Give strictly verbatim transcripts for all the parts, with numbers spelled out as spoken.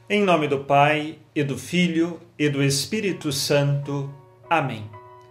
Em nome do Pai, e do Filho, e do Espírito Santo. Amém.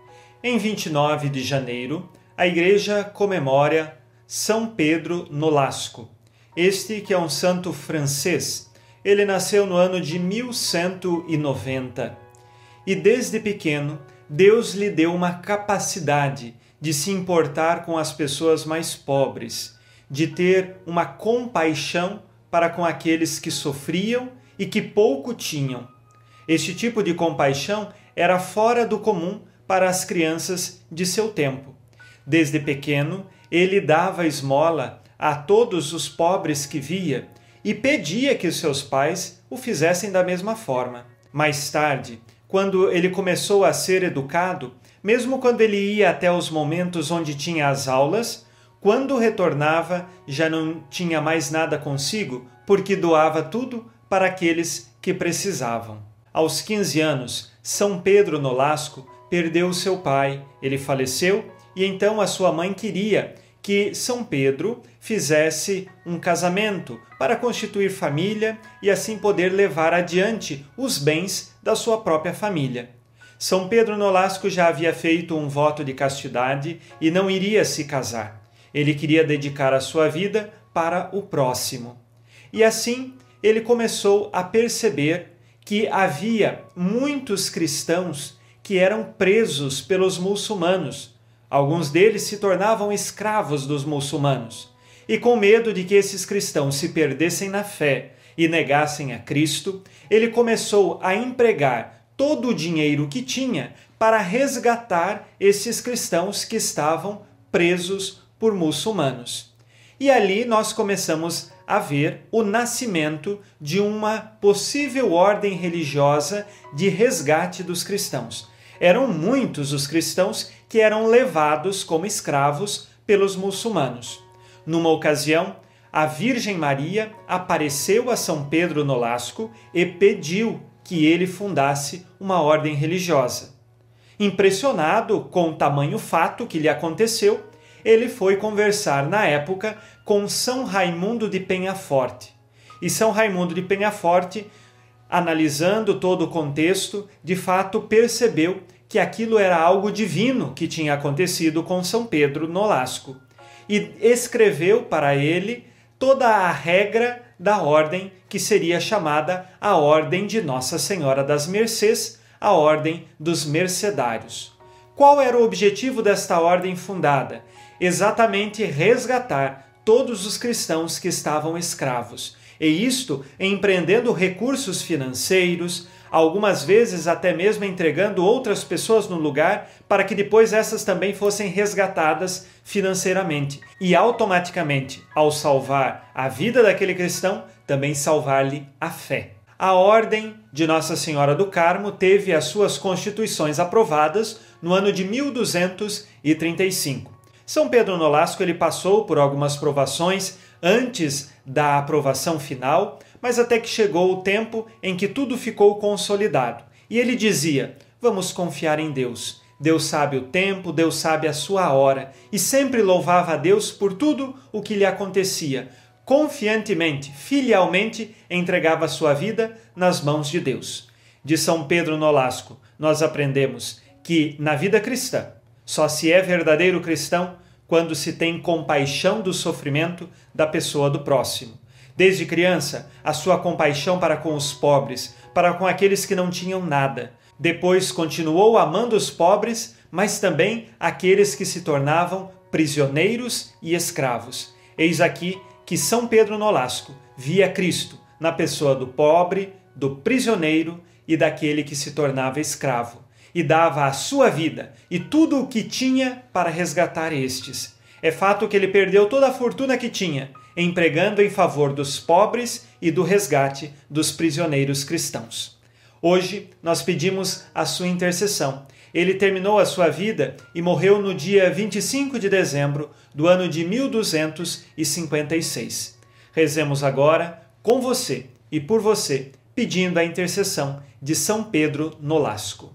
Em vinte e nove de janeiro, a Igreja comemora São Pedro Nolasco. Este que é um santo francês. Ele nasceu no ano de mil cento e noventa. E desde pequeno, Deus lhe deu uma capacidade de se importar com as pessoas mais pobres, de ter uma compaixão para com aqueles que sofriam e que pouco tinham. Este tipo de compaixão era fora do comum para as crianças de seu tempo. Desde pequeno, ele dava esmola a todos os pobres que via e pedia que seus pais o fizessem da mesma forma. Mais tarde, quando ele começou a ser educado, mesmo quando ele ia até os momentos onde tinha as aulas, quando retornava já não tinha mais nada consigo, porque doava tudo para aqueles que precisavam. Aos quinze anos, São Pedro Nolasco perdeu seu pai, ele faleceu e então a sua mãe queria que São Pedro fizesse um casamento para constituir família e assim poder levar adiante os bens da sua própria família. São Pedro Nolasco já havia feito um voto de castidade e não iria se casar. Ele queria dedicar a sua vida para o próximo. E assim, ele começou a perceber que havia muitos cristãos que eram presos pelos muçulmanos. Alguns deles se tornavam escravos dos muçulmanos. E com medo de que esses cristãos se perdessem na fé e negassem a Cristo, ele começou a empregar todo o dinheiro que tinha para resgatar esses cristãos que estavam presos por muçulmanos. E ali nós começamos a ver o nascimento de uma possível ordem religiosa de resgate dos cristãos. Eram muitos os cristãos que eram levados como escravos pelos muçulmanos. Numa ocasião, a Virgem Maria apareceu a São Pedro Nolasco e pediu que ele fundasse uma ordem religiosa. Impressionado com o tamanho fato que lhe aconteceu, ele foi conversar na época com São Raimundo de Penhaforte. E São Raimundo de Penhaforte, analisando todo o contexto, de fato percebeu que aquilo era algo divino que tinha acontecido com São Pedro Nolasco. E escreveu para ele toda a regra da ordem que seria chamada a Ordem de Nossa Senhora das Mercês, a Ordem dos Mercedários. Qual era o objetivo desta ordem fundada? Exatamente resgatar todos os cristãos que estavam escravos. E isto empreendendo recursos financeiros, algumas vezes até mesmo entregando outras pessoas no lugar para que depois essas também fossem resgatadas financeiramente. E automaticamente, ao salvar a vida daquele cristão, também salvar-lhe a fé. A Ordem de Nossa Senhora do Carmo teve as suas constituições aprovadas no ano de mil duzentos e trinta e cinco. São Pedro Nolasco ele passou por algumas provações antes da aprovação final, mas até que chegou o tempo em que tudo ficou consolidado. E ele dizia, vamos confiar em Deus. Deus sabe o tempo, Deus sabe a sua hora. E sempre louvava a Deus por tudo o que lhe acontecia. Confiantemente, filialmente, entregava a sua vida nas mãos de Deus. De São Pedro Nolasco, nós aprendemos que na vida cristã, só se é verdadeiro cristão quando se tem compaixão do sofrimento da pessoa do próximo. Desde criança, a sua compaixão para com os pobres, para com aqueles que não tinham nada. Depois continuou amando os pobres, mas também aqueles que se tornavam prisioneiros e escravos. Eis aqui que São Pedro Nolasco via Cristo na pessoa do pobre, do prisioneiro e daquele que se tornava escravo. E dava a sua vida e tudo o que tinha para resgatar estes. É fato que ele perdeu toda a fortuna que tinha, empregando em favor dos pobres e do resgate dos prisioneiros cristãos. Hoje nós pedimos a sua intercessão. Ele terminou a sua vida e morreu no dia vinte e cinco de dezembro do ano de mil duzentos e cinquenta e seis. Rezemos agora com você e por você, pedindo a intercessão de São Pedro Nolasco.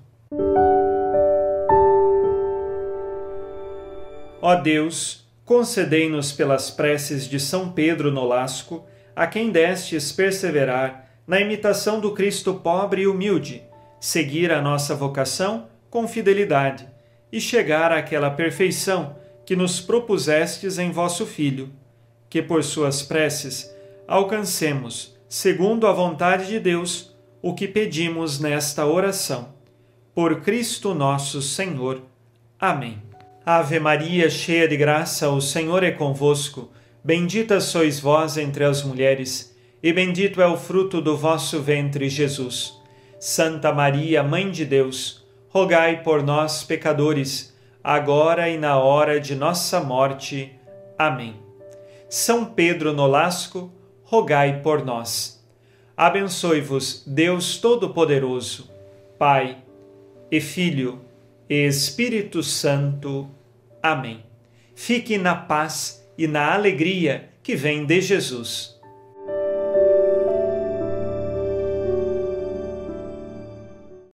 Ó Deus, concedei-nos pelas preces de São Pedro Nolasco, a quem destes perseverar na imitação do Cristo pobre e humilde, seguir a nossa vocação com fidelidade e chegar àquela perfeição que nos propusestes em vosso Filho, que por suas preces alcancemos, segundo a vontade de Deus, o que pedimos nesta oração. Por Cristo nosso Senhor. Amém. Ave Maria, cheia de graça, o Senhor é convosco. Bendita sois vós entre as mulheres, e bendito é o fruto do vosso ventre, Jesus. Santa Maria, Mãe de Deus, rogai por nós, pecadores, agora e na hora de nossa morte. Amém. São Pedro Nolasco, rogai por nós. Abençoe-vos Deus Todo-Poderoso, Pai e Filho e Espírito Santo. Amém. Fique na paz e na alegria que vem de Jesus.